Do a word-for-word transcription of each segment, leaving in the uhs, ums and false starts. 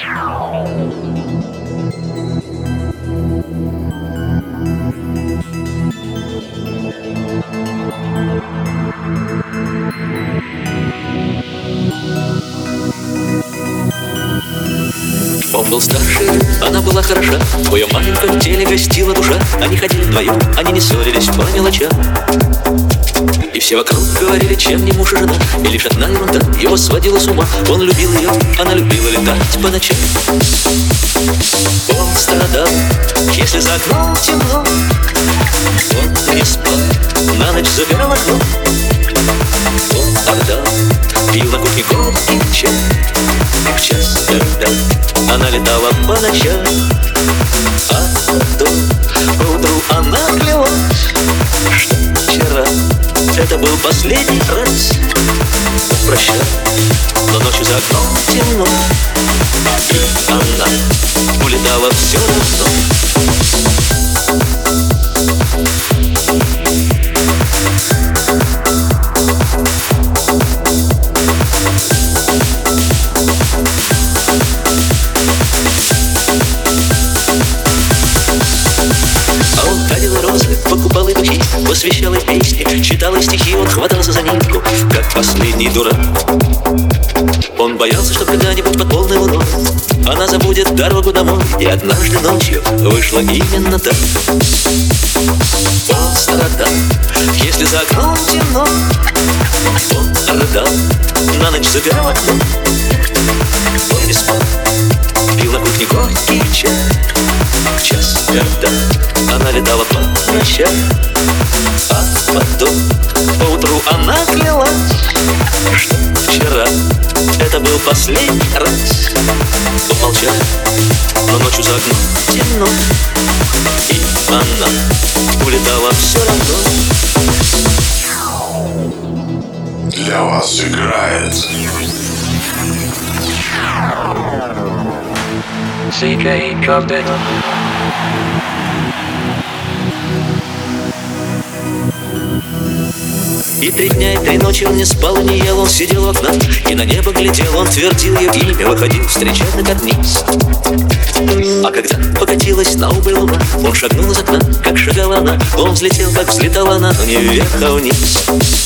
Он был старше, она была хороша, в твоем маленьком теле гостила душа. Они ходили вдвоем, они не ссорились по мелочам. И все вокруг говорили, чем не муж и жена. И лишь одна ерунда его сводила с ума. Он любил ее, она любила летать по ночам. Он страдал, если за окном темно. Он не спал, на ночь запирал окно. Он ордал, пил на кухне горький чай. В час, когда она летала по ночам, а потом поутру она клялась, что вчера это был последний раз. Прощай, но ночью за окном темно, и она улетала все равно. Покупал и духи, посвящал и песни, читал и стихи, он хватался за нитку, как последний дурак. Он боялся, что когда-нибудь под полной луной она забудет дорогу домой, и однажды ночью вышло именно так. Он страдал, если за окном темно. Он рыдал, на ночь запирал окно. Он не спал, пил на кухне горький чай. В час, когда она летала по ночам, а потом поутру она клялась, что вчера это был последний раз. Он молчал, но ночью за окном темно, и она улетала все равно. Для вас играет си кей Cocktail. И три дня, и три ночи он не спал и не ел. Он сидел у окна и на небо глядел. Он твердил ее имя, выходил встречать на карниз. А когда покатилась на убыль луна, он шагнул из окна, как шагала она. Он взлетел, как взлетала она, но не вверх, а вниз.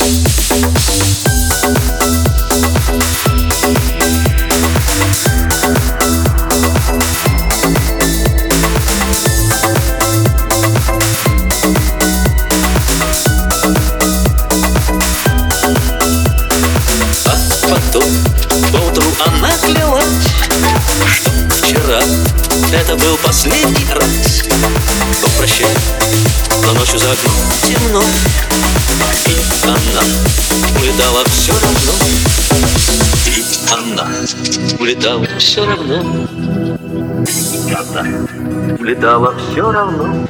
Поутру она клялась, что вчера это был последний раз. Но прощай, но ночью за окном темно, и она улетала все равно. И она улетала все равно. И она улетала все равно.